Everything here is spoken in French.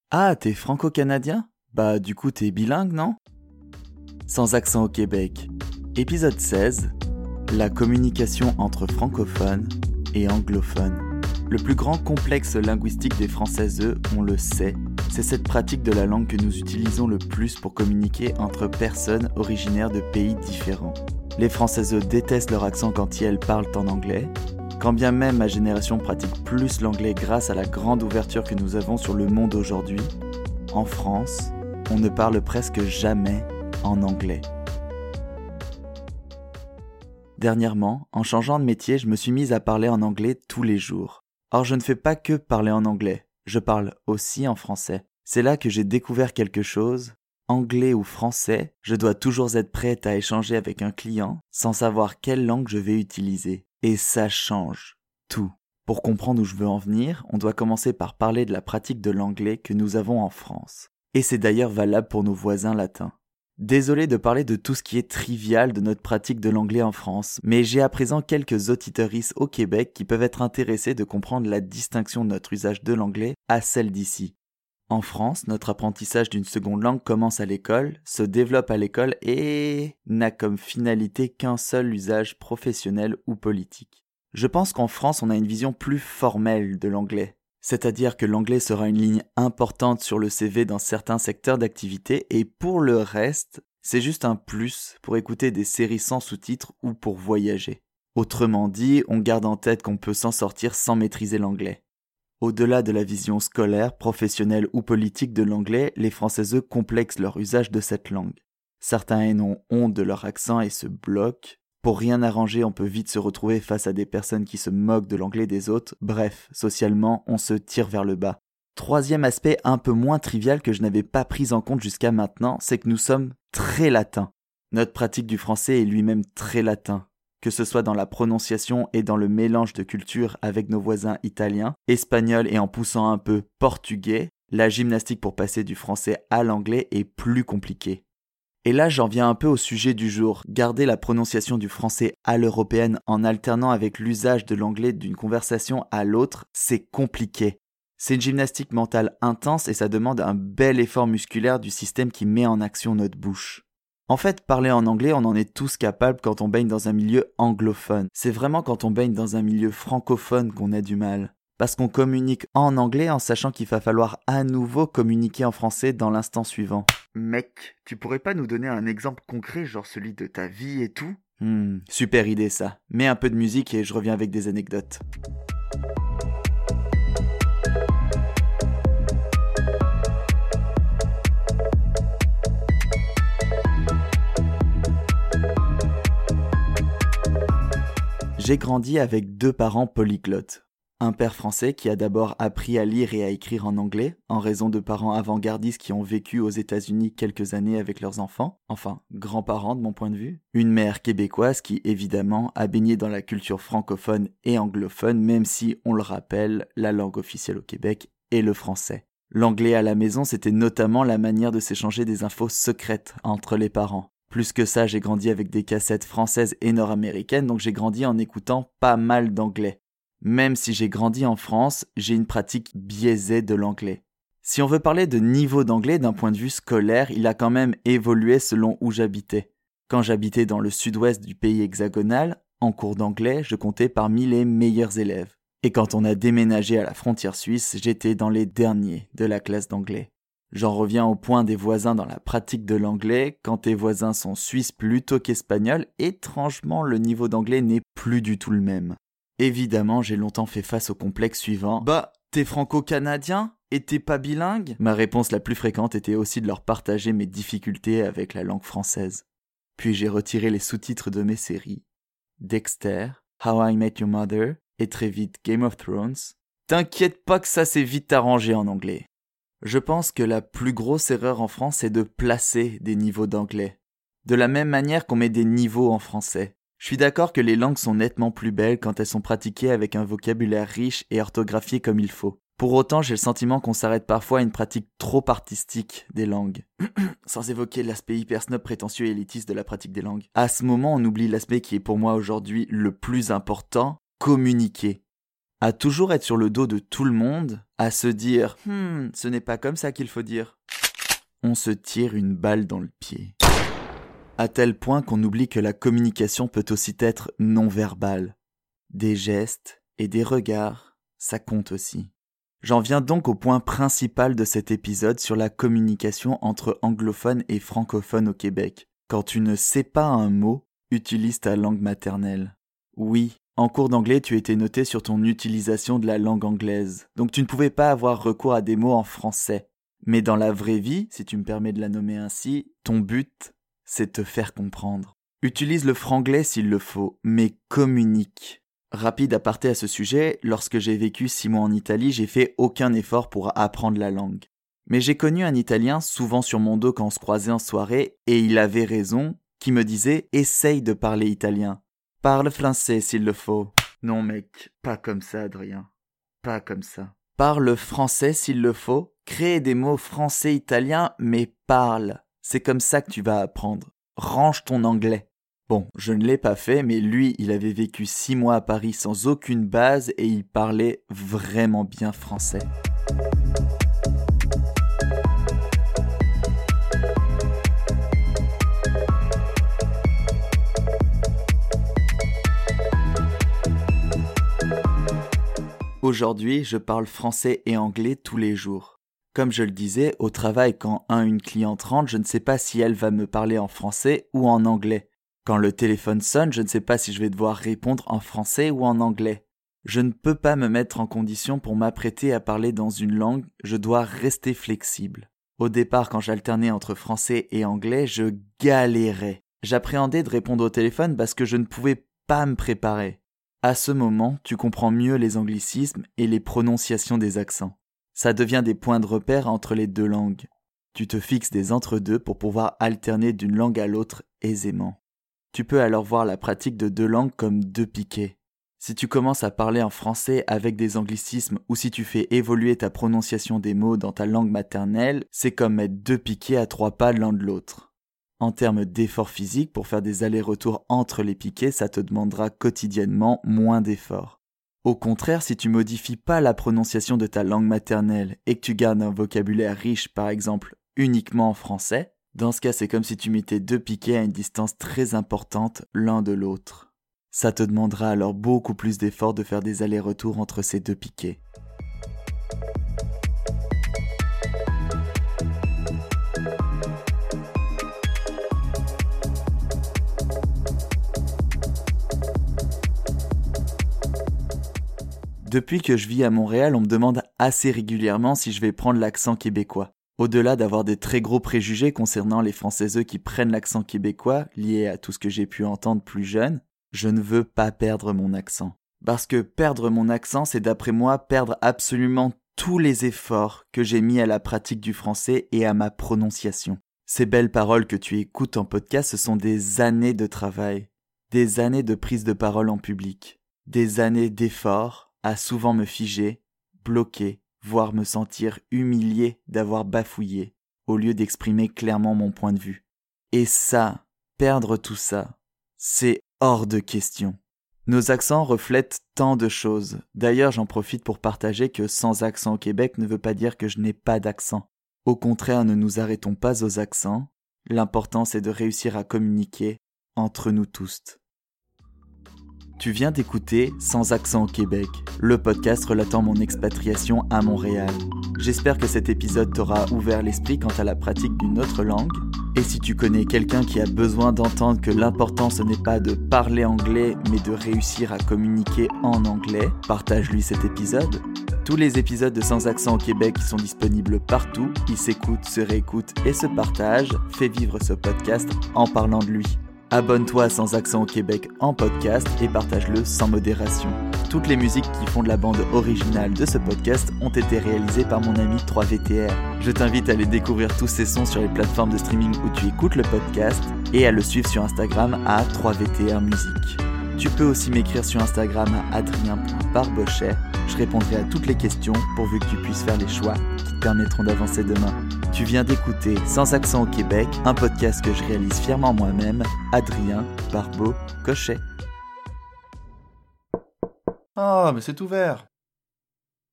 Ah, t'es franco-canadien? Bah du coup t'es bilingue, non? Sans accent au Québec. Épisode 16. La communication entre francophones et anglophones. Le plus grand complexe linguistique des Français, on le sait, c'est cette pratique de la langue que nous utilisons le plus pour communiquer entre personnes originaires de pays différents. Les Français détestent leur accent quand elles parlent en anglais, quand bien même ma génération pratique plus l'anglais grâce à la grande ouverture que nous avons sur le monde aujourd'hui. En France, on ne parle presque jamais en anglais. Dernièrement, en changeant de métier, je me suis mise à parler en anglais tous les jours. Or, je ne fais pas que parler en anglais, je parle aussi en français. C'est là que j'ai découvert quelque chose. Anglais ou français, je dois toujours être prête à échanger avec un client sans savoir quelle langue je vais utiliser. Et ça change tout. Pour comprendre où je veux en venir, on doit commencer par parler de la pratique de l'anglais que nous avons en France. Et c'est d'ailleurs valable pour nos voisins latins. Désolé de parler de tout ce qui est trivial de notre pratique de l'anglais en France, mais j'ai à présent quelques auditeuristes au Québec qui peuvent être intéressés de comprendre la distinction de notre usage de l'anglais à celle d'ici. En France, notre apprentissage d'une seconde langue commence à l'école, se développe à l'école et n'a comme finalité qu'un seul usage professionnel ou politique. Je pense qu'en France, on a une vision plus formelle de l'anglais. C'est-à-dire que l'anglais sera une ligne importante sur le CV dans certains secteurs d'activité et pour le reste, c'est juste un plus pour écouter des séries sans sous-titres ou pour voyager. Autrement dit, on garde en tête qu'on peut s'en sortir sans maîtriser l'anglais. Au-delà de la vision scolaire, professionnelle ou politique de l'anglais, les Français complexent leur usage de cette langue. Certains ont honte de leur accent et se bloquent. Pour rien arranger, on peut vite se retrouver face à des personnes qui se moquent de l'anglais des autres. Bref, socialement, on se tire vers le bas. Troisième aspect un peu moins trivial que je n'avais pas pris en compte jusqu'à maintenant, c'est que nous sommes très latins. Notre pratique du français est lui-même très latin. Que ce soit dans la prononciation et dans le mélange de cultures avec nos voisins italiens, espagnols et en poussant un peu portugais, la gymnastique pour passer du français à l'anglais est plus compliquée. Et là, j'en viens un peu au sujet du jour. Garder la prononciation du français à l'européenne en alternant avec l'usage de l'anglais d'une conversation à l'autre, c'est compliqué. C'est une gymnastique mentale intense et ça demande un bel effort musculaire du système qui met en action notre bouche. En fait, parler en anglais, on en est tous capables quand on baigne dans un milieu anglophone. C'est vraiment quand on baigne dans un milieu francophone qu'on a du mal. Parce qu'on communique en anglais en sachant qu'il va falloir à nouveau communiquer en français dans l'instant suivant. Mec, tu pourrais pas nous donner un exemple concret, genre celui de ta vie et tout? Super idée ça. Mets un peu de musique et je reviens avec des anecdotes. J'ai grandi avec deux parents polyglottes. Un père français qui a d'abord appris à lire et à écrire en anglais, en raison de parents avant-gardistes qui ont vécu aux États-Unis quelques années avec leurs enfants, enfin, grands-parents de mon point de vue. Une mère québécoise qui, évidemment, a baigné dans la culture francophone et anglophone, même si, on le rappelle, la langue officielle au Québec est le français. L'anglais à la maison, c'était notamment la manière de s'échanger des infos secrètes entre les parents. Plus que ça, j'ai grandi avec des cassettes françaises et nord-américaines, donc j'ai grandi en écoutant pas mal d'anglais. Même si j'ai grandi en France, j'ai une pratique biaisée de l'anglais. Si on veut parler de niveau d'anglais d'un point de vue scolaire, il a quand même évolué selon où j'habitais. Quand j'habitais dans le sud-ouest du pays hexagonal, en cours d'anglais, je comptais parmi les meilleurs élèves. Et quand on a déménagé à la frontière suisse, j'étais dans les derniers de la classe d'anglais. J'en reviens au point des voisins dans la pratique de l'anglais. Quand tes voisins sont suisses plutôt qu'espagnols, étrangement, le niveau d'anglais n'est plus du tout le même. Évidemment, j'ai longtemps fait face au complexe suivant. Bah, t'es franco-canadien et t'es pas bilingue? Ma réponse la plus fréquente était aussi de leur partager mes difficultés avec la langue française. Puis j'ai retiré les sous-titres de mes séries. Dexter, How I Met Your Mother et très vite Game of Thrones. T'inquiète pas que ça s'est vite arrangé en anglais. Je pense que la plus grosse erreur en France est de placer des niveaux d'anglais. De la même manière qu'on met des niveaux en français. Je suis d'accord que les langues sont nettement plus belles quand elles sont pratiquées avec un vocabulaire riche et orthographié comme il faut. Pour autant, j'ai le sentiment qu'on s'arrête parfois à une pratique trop artistique des langues. Sans évoquer l'aspect hyper snob prétentieux et élitiste de la pratique des langues. À ce moment, on oublie l'aspect qui est pour moi aujourd'hui le plus important, communiquer. à toujours être sur le dos de tout le monde, à se dire « ce n'est pas comme ça qu'il faut dire », on se tire une balle dans le pied. À tel point qu'on oublie que la communication peut aussi être non-verbale. Des gestes et des regards, ça compte aussi. J'en viens donc au point principal de cet épisode sur la communication entre anglophones et francophones au Québec. Quand tu ne sais pas un mot, utilise ta langue maternelle. Oui, en cours d'anglais, tu étais noté sur ton utilisation de la langue anglaise, donc tu ne pouvais pas avoir recours à des mots en français. Mais dans la vraie vie, si tu me permets de la nommer ainsi, ton but, c'est te faire comprendre. Utilise le franglais s'il le faut, mais communique. Rapide aparté à ce sujet, lorsque j'ai vécu 6 mois en Italie, j'ai fait aucun effort pour apprendre la langue. Mais j'ai connu un Italien, souvent sur mon dos quand on se croisait en soirée, et il avait raison, qui me disait « Essaye de parler italien. Parle français s'il le faut. » Non mec, pas comme ça Adrien. Pas comme ça. Parle français s'il le faut. Crée des mots français-italien, mais parle. C'est comme ça que tu vas apprendre. Range ton anglais. Bon, je ne l'ai pas fait, mais lui, il avait vécu 6 mois à Paris sans aucune base et il parlait vraiment bien français. Aujourd'hui, je parle français et anglais tous les jours. Comme je le disais, au travail, quand une cliente rentre, je ne sais pas si elle va me parler en français ou en anglais. Quand le téléphone sonne, je ne sais pas si je vais devoir répondre en français ou en anglais. Je ne peux pas me mettre en condition pour m'apprêter à parler dans une langue, je dois rester flexible. Au départ, quand j'alternais entre français et anglais, je galérais. J'appréhendais de répondre au téléphone parce que je ne pouvais pas me préparer. À ce moment, tu comprends mieux les anglicismes et les prononciations des accents. Ça devient des points de repère entre les deux langues. Tu te fixes des entre-deux pour pouvoir alterner d'une langue à l'autre aisément. Tu peux alors voir la pratique de 2 langues comme 2 piquets. Si tu commences à parler en français avec des anglicismes ou si tu fais évoluer ta prononciation des mots dans ta langue maternelle, c'est comme mettre 2 piquets à 3 pas l'un de l'autre. En termes d'efforts physiques, pour faire des allers-retours entre les piquets, ça te demandera quotidiennement moins d'efforts. Au contraire, si tu modifies pas la prononciation de ta langue maternelle et que tu gardes un vocabulaire riche, par exemple, uniquement en français, dans ce cas, c'est comme si tu mettais 2 piquets à une distance très importante l'un de l'autre. Ça te demandera alors beaucoup plus d'efforts de faire des allers-retours entre ces 2 piquets. Depuis que je vis à Montréal, on me demande assez régulièrement si je vais prendre l'accent québécois. Au-delà d'avoir des très gros préjugés concernant les Françaiseux qui prennent l'accent québécois, liés à tout ce que j'ai pu entendre plus jeune, je ne veux pas perdre mon accent. Parce que perdre mon accent, c'est d'après moi perdre absolument tous les efforts que j'ai mis à la pratique du français et à ma prononciation. Ces belles paroles que tu écoutes en podcast, ce sont des années de travail, des années de prise de parole en public, des années d'efforts à souvent me figer, bloquer, voire me sentir humilié d'avoir bafouillé, au lieu d'exprimer clairement mon point de vue. Et ça, perdre tout ça, c'est hors de question. Nos accents reflètent tant de choses. D'ailleurs, j'en profite pour partager que sans accent au Québec ne veut pas dire que je n'ai pas d'accent. Au contraire, ne nous arrêtons pas aux accents. L'important, c'est de réussir à communiquer entre nous tous. Tu viens d'écouter Sans accent au Québec, le podcast relatant mon expatriation à Montréal. J'espère que cet épisode t'aura ouvert l'esprit quant à la pratique d'une autre langue. Et si tu connais quelqu'un qui a besoin d'entendre que l'important ce n'est pas de parler anglais, mais de réussir à communiquer en anglais, partage-lui cet épisode. Tous les épisodes de Sans accent au Québec sont disponibles partout. Ils s'écoutent, se réécoutent et se partagent. Fais vivre ce podcast en parlant de lui. Abonne-toi à Sans accent au Québec en podcast et partage-le sans modération. Toutes les musiques qui font de la bande originale de ce podcast ont été réalisées par mon ami 3VTR. Je t'invite à aller découvrir tous ces sons sur les plateformes de streaming où tu écoutes le podcast et à le suivre sur Instagram à 3VTR Musique. Tu peux aussi m'écrire sur Instagram à adrien.barbochet. Je répondrai à toutes les questions pourvu que tu puisses faire les choix qui te permettront d'avancer demain. Tu viens d'écouter Sans accent au Québec, un podcast que je réalise fièrement moi-même, Adrien Barbeau-Cochet. Ah, mais c'est ouvert.